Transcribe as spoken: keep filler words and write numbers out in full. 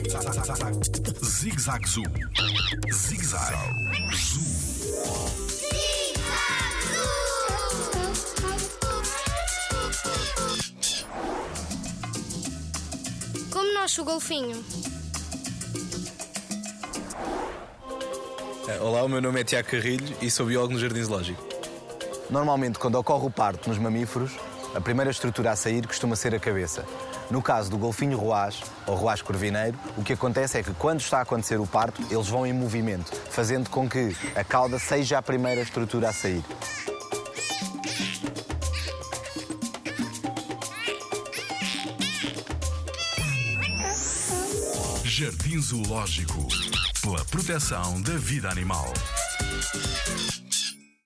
Zig-Zag Zoo. Zig-Zag Zoo. Como nasce o golfinho? Olá, o meu nome é Tiago Carrilho e sou biólogo no Jardim Zoológico. Normalmente, quando ocorre o parto nos mamíferos, a primeira estrutura a sair costuma ser a cabeça. No caso do golfinho roaz, ou roaz corvineiro, o que acontece é que quando está a acontecer o parto, eles vão em movimento, fazendo com que a cauda seja a primeira estrutura a sair. Jardim Zoológico, pela proteção da vida animal.